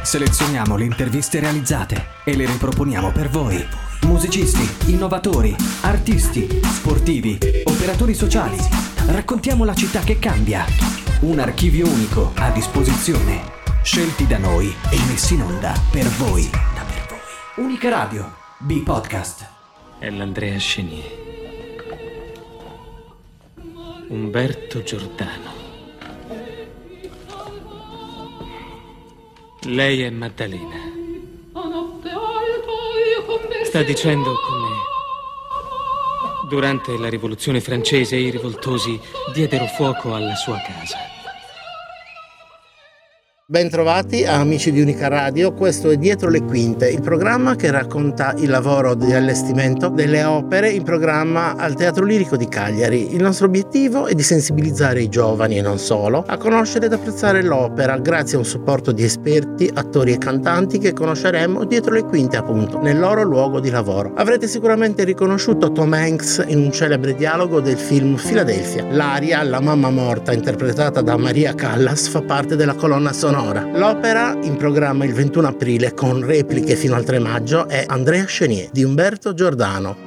Selezioniamo le interviste realizzate e le riproponiamo per voi. Musicisti, innovatori, artisti, sportivi, operatori sociali. Raccontiamo la città che cambia. Un archivio unico a disposizione. Scelti da noi e messi in onda per voi. Unica Radio, B-Podcast. È l'Andrea Chenier. Umberto Giordano. Lei è Maddalena. Sta dicendo come durante la rivoluzione francese i rivoltosi diedero fuoco alla sua casa. Bentrovati amici di Unica Radio, questo è Dietro le Quinte, il programma che racconta il lavoro di allestimento delle opere in programma al Teatro Lirico di Cagliari. Il nostro obiettivo è di sensibilizzare i giovani e non solo a conoscere ed apprezzare l'opera grazie a un supporto di esperti, attori e cantanti che conosceremo dietro le quinte, appunto, nel loro luogo di lavoro. Avrete sicuramente riconosciuto Tom Hanks in un celebre dialogo del film Philadelphia. L'aria La mamma morta, interpretata da Maria Callas, fa parte della colonna sonora. L'opera, in programma il 21 aprile con repliche fino al 3 maggio, è Andrea Chenier di Umberto Giordano.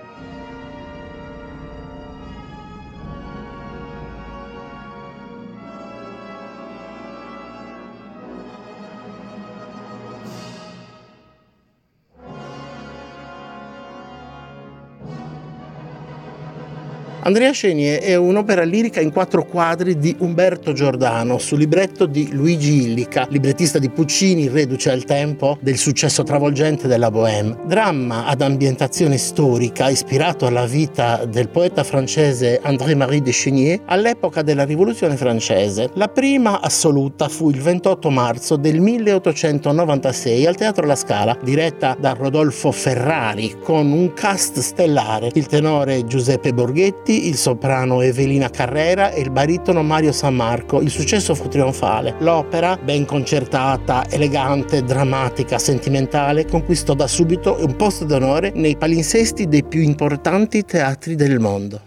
Andrea Chenier è un'opera lirica in 4 quadri di Umberto Giordano su libretto di Luigi Illica, librettista di Puccini, reduce al tempo del successo travolgente della Bohème. Dramma ad ambientazione storica ispirato alla vita del poeta francese André-Marie de Chenier all'epoca della Rivoluzione francese. La prima assoluta fu il 28 marzo del 1896 al Teatro La Scala, diretta da Rodolfo Ferrari, con un cast stellare: il tenore Giuseppe Borghetti, il soprano Evelina Carrera e il baritono Mario San Marco. Il successo fu trionfale. L'opera, ben concertata, elegante, drammatica, sentimentale, conquistò da subito un posto d'onore nei palinsesti dei più importanti teatri del mondo.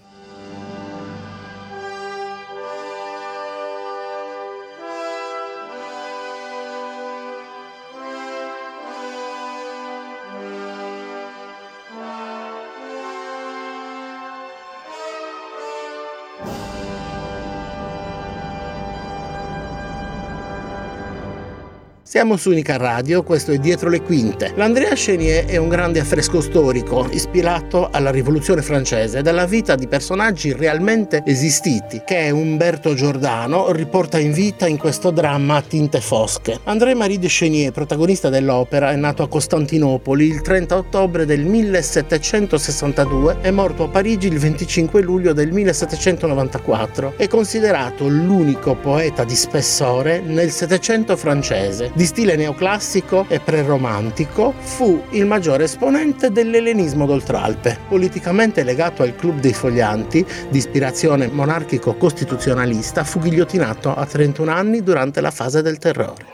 Siamo su Unica Radio, questo è Dietro le Quinte. L'Andrea Chenier è un grande affresco storico ispirato alla Rivoluzione francese dalla vita di personaggi realmente esistiti che Umberto Giordano riporta in vita in questo dramma a tinte fosche. André-Marie de Chenier, protagonista dell'opera, è nato a Costantinopoli il 30 ottobre del 1762 e morto a Parigi il 25 luglio del 1794. È considerato l'unico poeta di spessore nel Settecento francese. Di stile neoclassico e preromantico, fu il maggiore esponente dell'ellenismo d'Oltralpe. Politicamente legato al Club dei Foglianti, di ispirazione monarchico-costituzionalista, fu ghigliottinato a 31 anni durante la fase del terrore.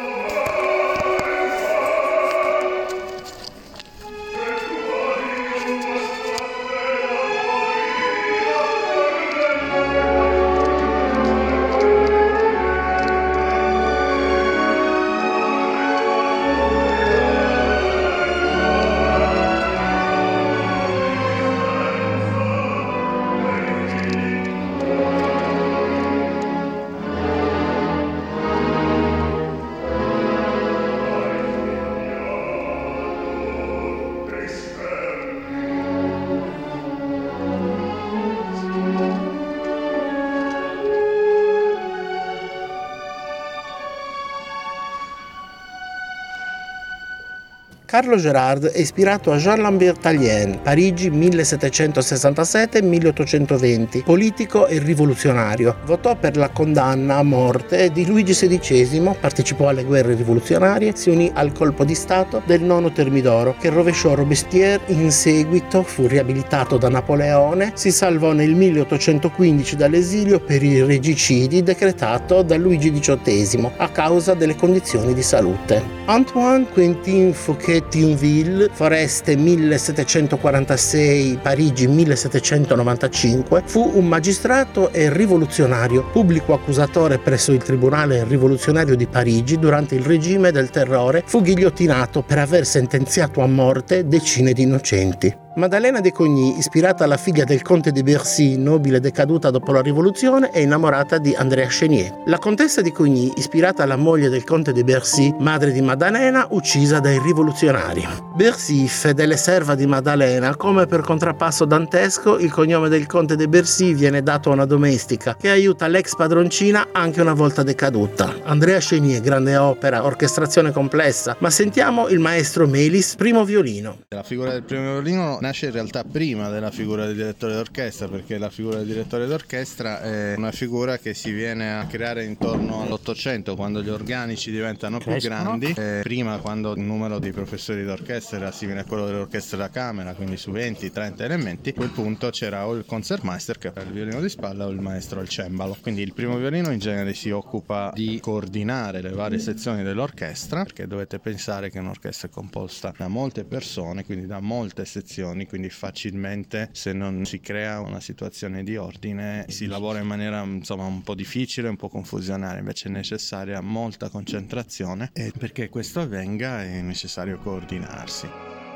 Carlo Gérard è ispirato a Jean-Lambert Tallien, Parigi 1767-1820, politico e rivoluzionario. Votò per la condanna a morte di Luigi XVI, partecipò alle guerre rivoluzionarie, si unì al colpo di stato del nono Termidoro, che rovesciò Robespierre. In seguito fu riabilitato da Napoleone, si salvò nel 1815 dall'esilio per i regicidi decretato da Luigi XVIII a causa delle condizioni di salute. Antoine Quentin Fouquet Thionville, Foreste 1746, Parigi 1795, fu un magistrato e rivoluzionario, pubblico accusatore presso il Tribunale rivoluzionario di Parigi durante il regime del terrore, fu ghigliottinato per aver sentenziato a morte decine di innocenti. Maddalena de Coigny, ispirata alla figlia del conte de Bercy, nobile decaduta dopo la rivoluzione, è innamorata di Andrea Chenier. La contessa de Coigny, ispirata alla moglie del conte de Bercy, madre di Maddalena, uccisa dai rivoluzionari. Bercy, fedele serva di Maddalena, come per contrappasso dantesco, il cognome del conte de Bercy viene dato a una domestica che aiuta l'ex padroncina anche una volta decaduta. Andrea Chenier, grande opera, orchestrazione complessa, ma sentiamo il maestro Melis, primo violino. La figura del primo violino nasce in realtà prima della figura del direttore d'orchestra, perché la figura del direttore d'orchestra è una figura che si viene a creare intorno all'Ottocento, quando gli organici diventano più grandi. Prima, quando il numero di professori d'orchestra era simile a quello dell'orchestra da camera, quindi su 20-30 elementi, a quel punto c'era o il concertmaster, che era il violino di spalla, o il maestro al cembalo. Quindi il primo violino in genere si occupa di coordinare le varie sezioni dell'orchestra, perché dovete pensare che un'orchestra è composta da molte persone, quindi da molte sezioni, quindi facilmente, se non si crea una situazione di ordine, si lavora in maniera un po' difficile, un po' confusionaria. Invece è necessaria molta concentrazione, e perché questo avvenga è necessario coordinarsi.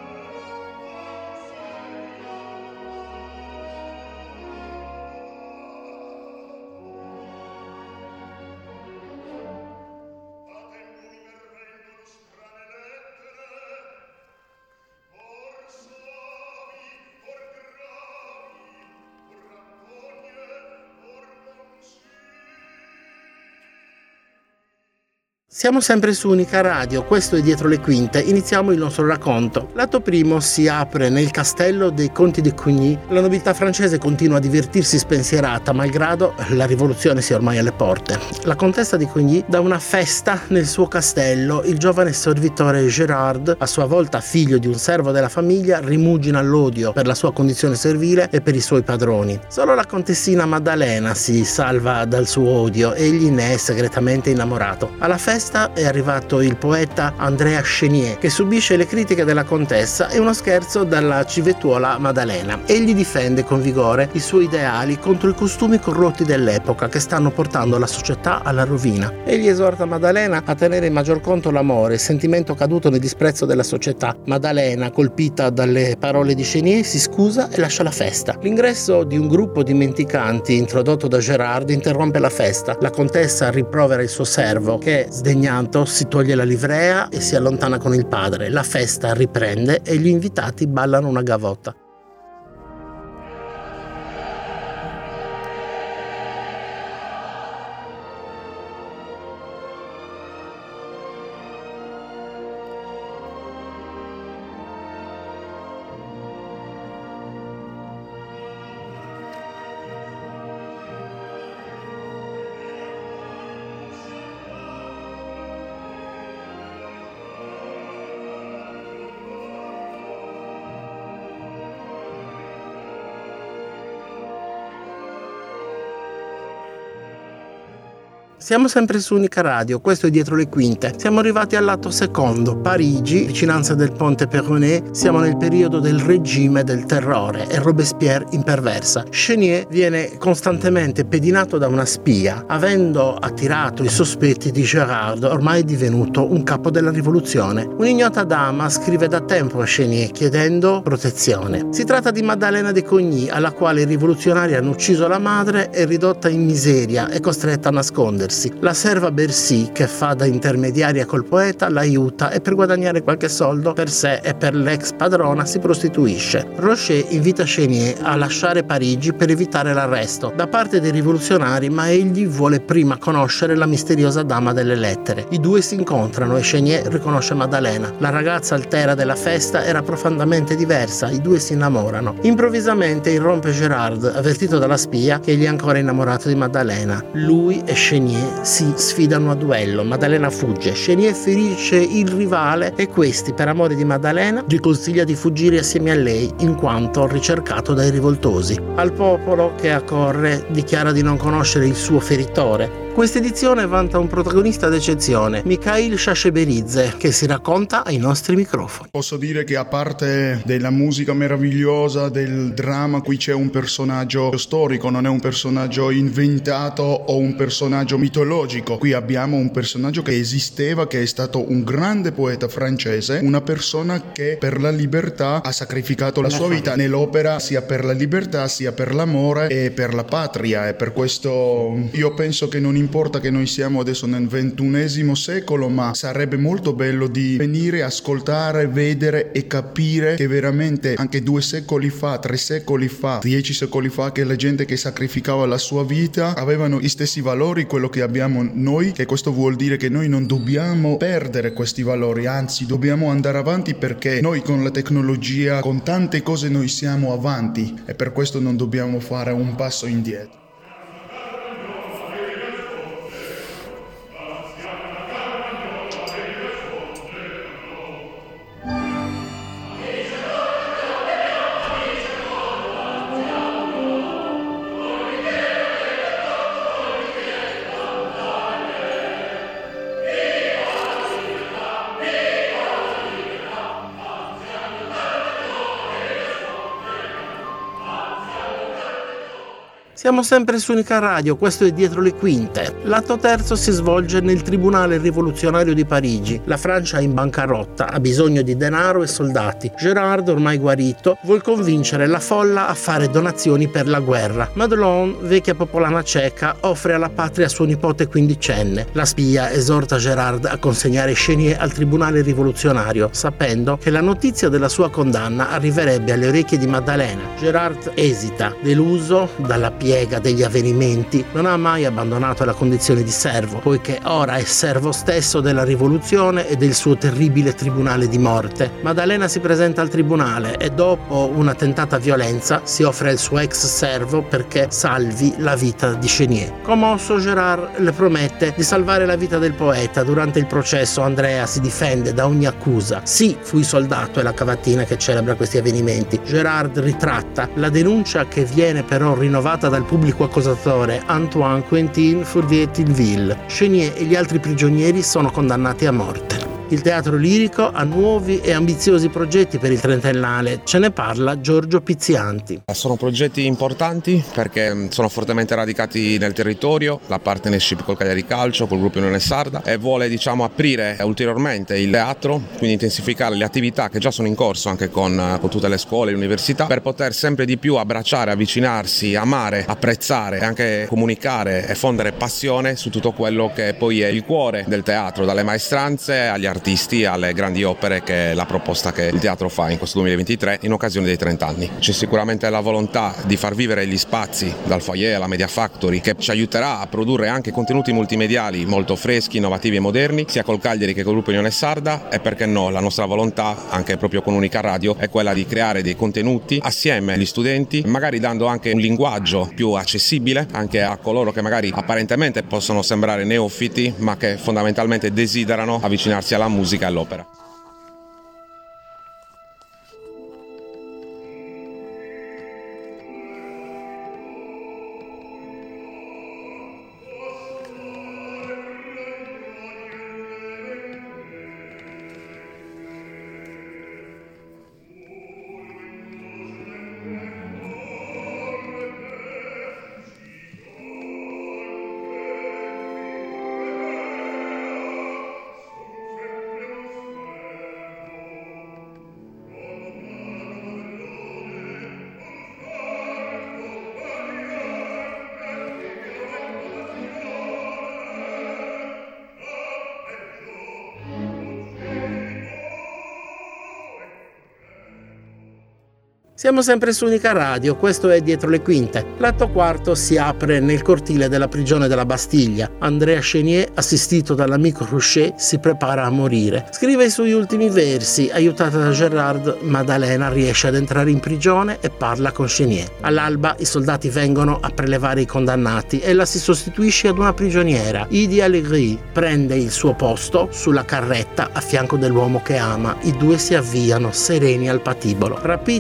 Siamo sempre su Unica Radio, questo è Dietro le Quinte, iniziamo il nostro racconto. L'atto primo si apre nel castello dei conti de Coigny. La nobiltà francese continua a divertirsi spensierata, malgrado la rivoluzione sia ormai alle porte. La contessa di Coigny dà una festa nel suo castello. Il giovane servitore Gérard, a sua volta figlio di un servo della famiglia, rimugina l'odio per la sua condizione servile e per i suoi padroni. Solo la contessina Maddalena si salva dal suo odio, egli ne è segretamente innamorato. Alla festa è arrivato il poeta Andrea Chenier, che subisce le critiche della contessa e uno scherzo dalla civettuola Maddalena. Egli difende con vigore i suoi ideali contro i costumi corrotti dell'epoca che stanno portando la società alla rovina. Egli esorta Maddalena a tenere in maggior conto l'amore, sentimento caduto nel disprezzo della società. Maddalena, colpita dalle parole di Chenier, si scusa e lascia la festa. L'ingresso di un gruppo di mendicanti introdotto da Gérard interrompe la festa. La contessa rimprovera il suo servo, che sdegnato si toglie la livrea e si allontana con il padre. La festa riprende e gli invitati ballano una gavotta. Siamo sempre su Unica Radio, questo è Dietro le Quinte. Siamo arrivati all'atto secondo, Parigi, vicinanza del ponte Perronet. Siamo nel periodo del regime del terrore e Robespierre imperversa. Chenier viene costantemente pedinato da una spia, avendo attirato i sospetti di Gérard, ormai divenuto un capo della rivoluzione. Un'ignota dama scrive da tempo a Chenier chiedendo protezione. Si tratta di Maddalena de Coigny, alla quale i rivoluzionari hanno ucciso la madre e ridotta in miseria e costretta a nascondersi. La serva Bercy, che fa da intermediaria col poeta, l'aiuta e per guadagnare qualche soldo per sé e per l'ex padrona si prostituisce. Rocher invita Chenier a lasciare Parigi per evitare l'arresto da parte dei rivoluzionari, ma egli vuole prima conoscere la misteriosa dama delle lettere. I due si incontrano e Chenier riconosce Maddalena. La ragazza altera della festa era profondamente diversa, i due si innamorano. Improvvisamente irrompe Gérard, avvertito dalla spia che egli è ancora innamorato di Maddalena. Lui e Chenier si sfidano a duello. Maddalena fugge, Chenier ferisce il rivale e questi, per amore di Maddalena, gli consiglia di fuggire assieme a lei in quanto ricercato dai rivoltosi. Al popolo che accorre dichiara di non conoscere il suo feritore. Questa edizione vanta un protagonista d'eccezione, Mikhail Shashberidze, che si racconta ai nostri microfoni. Posso dire che a parte della musica meravigliosa, del dramma, qui c'è un personaggio storico, non è un personaggio inventato o un personaggio mitologico. Qui abbiamo un personaggio che esisteva, che è stato un grande poeta francese, una persona che per la libertà ha sacrificato la sua vita nell'opera, sia per la libertà sia per l'amore e per la patria, e per questo io penso che non importa che noi siamo adesso nel XXI secolo, ma sarebbe molto bello di venire, ascoltare, vedere e capire che veramente anche 2 secoli fa, 3 secoli fa, 10 secoli fa, che la gente che sacrificava la sua vita avevano gli stessi valori, quello che abbiamo noi, che questo vuol dire che noi non dobbiamo perdere questi valori, anzi dobbiamo andare avanti, perché noi con la tecnologia, con tante cose noi siamo avanti, e per questo non dobbiamo fare un passo indietro. Siamo sempre su Unica Radio, questo è Dietro le Quinte. L'atto terzo si svolge nel Tribunale rivoluzionario di Parigi. La Francia è in bancarotta, ha bisogno di denaro e soldati. Gérard, ormai guarito, vuol convincere la folla a fare donazioni per la guerra. Madelon, vecchia popolana ceca, offre alla patria suo nipote quindicenne. La spia esorta Gérard a consegnare Chenier al Tribunale rivoluzionario, sapendo che la notizia della sua condanna arriverebbe alle orecchie di Maddalena. Gérard esita, deluso dalla piega degli avvenimenti, non ha mai abbandonato la condizione di servo, poiché ora è servo stesso della rivoluzione e del suo terribile tribunale di morte. Maddalena si presenta al tribunale e dopo una tentata violenza si offre al suo ex servo perché salvi la vita di Chenier. Commosso, Gérard le promette di salvare la vita del poeta. Durante il processo Andrea si difende da ogni accusa. Sì, fui soldato, è la cavatina che celebra questi avvenimenti. Gérard ritratta la denuncia, che viene però rinnovata dal pubblico accusatore Antoine Quentin Fourvier-Tinville. Chenier e gli altri prigionieri sono condannati a morte. Il teatro lirico ha nuovi e ambiziosi progetti per il trentennale, ce ne parla Giorgio Pizzianti. Sono progetti importanti perché sono fortemente radicati nel territorio, la partnership col Cagliari Calcio, col gruppo Unione Sarda, e vuole aprire ulteriormente il teatro, quindi intensificare le attività che già sono in corso anche con tutte le scuole e le università, per poter sempre di più abbracciare, avvicinarsi, amare, apprezzare e anche comunicare e fondere passione su tutto quello che poi è il cuore del teatro, dalle maestranze agli artisti, alle grandi opere, che è la proposta che il teatro fa in questo 2023 in occasione dei 30 anni. C'è sicuramente la volontà di far vivere gli spazi dal foyer alla Media Factory, che ci aiuterà a produrre anche contenuti multimediali molto freschi, innovativi e moderni, sia col Cagliari che col gruppo Unione Sarda, e perché no, la nostra volontà anche proprio con Unica Radio è quella di creare dei contenuti assieme agli studenti, magari dando anche un linguaggio più accessibile anche a coloro che magari apparentemente possono sembrare neofiti, ma che fondamentalmente desiderano avvicinarsi alla musica e all'opera. Siamo sempre su Unica Radio, questo è Dietro le Quinte. L'atto quarto si apre nel cortile della prigione della Bastiglia. Andrea Chenier, assistito dall'amico Rouchet, si prepara a morire. Scrive i suoi ultimi versi, aiutata da Gérard. Maddalena riesce ad entrare in prigione e parla con Chenier. All'alba i soldati vengono a prelevare i condannati. Ella si sostituisce ad una prigioniera. Idi Allegri prende il suo posto sulla carretta a fianco dell'uomo che ama. I due si avviano sereni al patibolo. Rapiti nell'est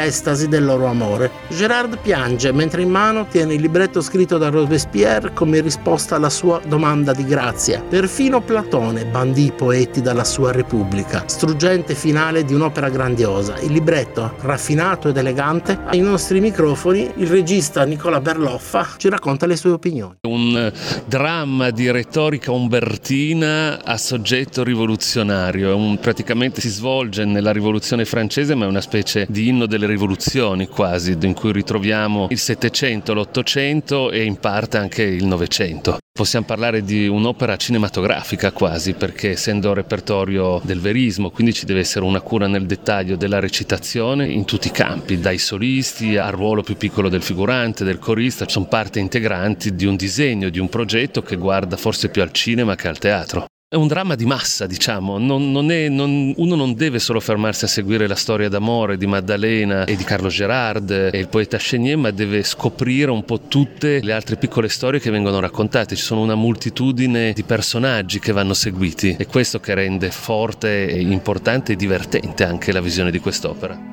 l'estasi del loro amore. Gérard piange mentre in mano tiene il libretto scritto da Robespierre come risposta alla sua domanda di grazia. Perfino Platone bandì i poeti dalla sua Repubblica. Struggente finale di un'opera grandiosa. Il libretto, raffinato ed elegante, ai nostri microfoni il regista Nicola Berloffa ci racconta le sue opinioni. Un dramma di retorica umbertina a soggetto rivoluzionario, praticamente si svolge nella rivoluzione francese, ma è una specie di inno delle rivoluzioni quasi, in cui ritroviamo il Settecento, l'Ottocento e in parte anche il Novecento. Possiamo parlare di un'opera cinematografica quasi, perché essendo repertorio del verismo, quindi ci deve essere una cura nel dettaglio della recitazione in tutti i campi, dai solisti al ruolo più piccolo del figurante, del corista, sono parte integranti di un disegno, di un progetto che guarda forse più al cinema che al teatro. È un dramma di massa, diciamo, uno non deve solo fermarsi a seguire la storia d'amore di Maddalena e di Carlo Gérard e il poeta Chénier, ma deve scoprire un po' tutte le altre piccole storie che vengono raccontate. Ci sono una moltitudine di personaggi che vanno seguiti, è questo che rende forte e importante e divertente anche la visione di quest'opera.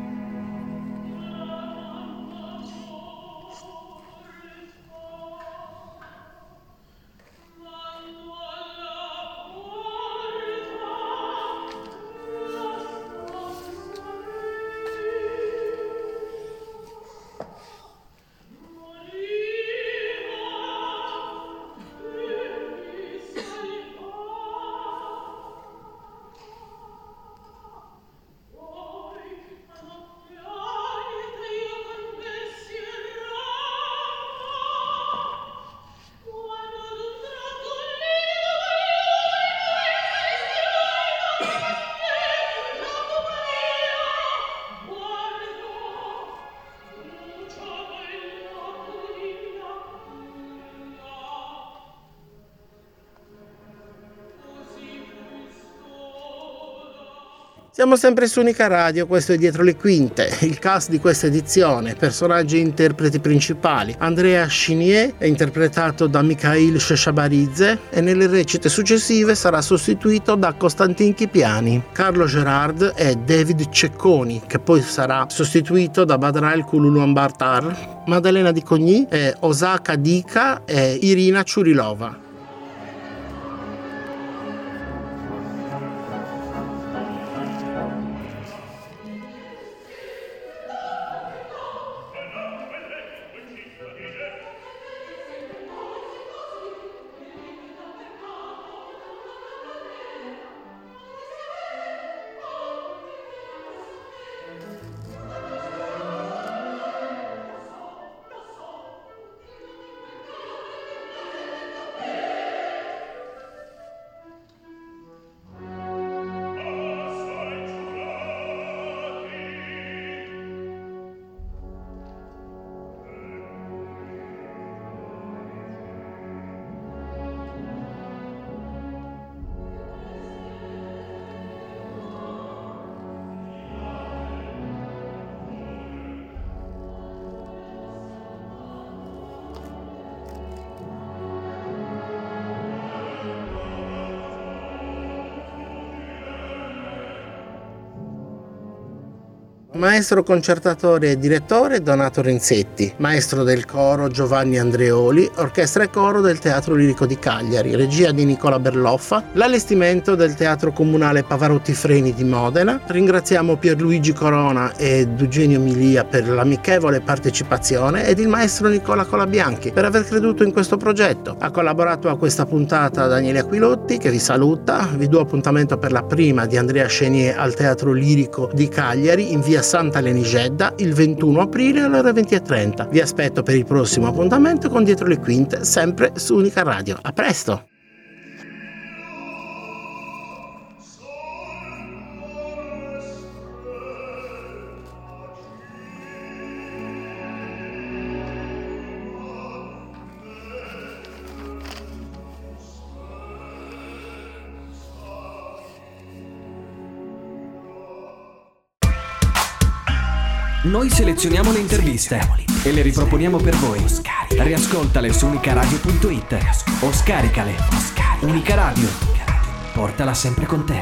Siamo sempre su Unica Radio, questo è Dietro le Quinte, il cast di questa edizione, personaggi e interpreti principali. Andrea Chénier è interpretato da Mikhail Sheshabaridze e nelle recite successive sarà sostituito da Konstantin Kipiani. Carlo Gérard è David Cecconi, che poi sarà sostituito da Badral Kululuambartar. Maddalena Di Cogny è Osaka Dika e Irina Churilova. Maestro concertatore e direttore Donato Renzetti, maestro del coro Giovanni Andreoli, orchestra e coro del Teatro Lirico di Cagliari, regia di Nicola Berloffa, l'allestimento del Teatro Comunale Pavarotti Freni di Modena. Ringraziamo Pierluigi Corona ed Eugenio Milia per l'amichevole partecipazione ed il maestro Nicola Colabianchi per aver creduto in questo progetto. Ha collaborato a questa puntata Daniele Aquilotti, che vi saluta. Vi do appuntamento per la prima di Andrea Chénier al Teatro Lirico di Cagliari in via Santa Lenigedda il 21 aprile alle ore 20:30. Vi aspetto per il prossimo appuntamento con Dietro le Quinte, sempre su Unica Radio. A presto! Noi selezioniamo le interviste e le riproponiamo per voi. Riascoltale su unicaradio.it o scaricale. Unica Radio. Portala sempre con te.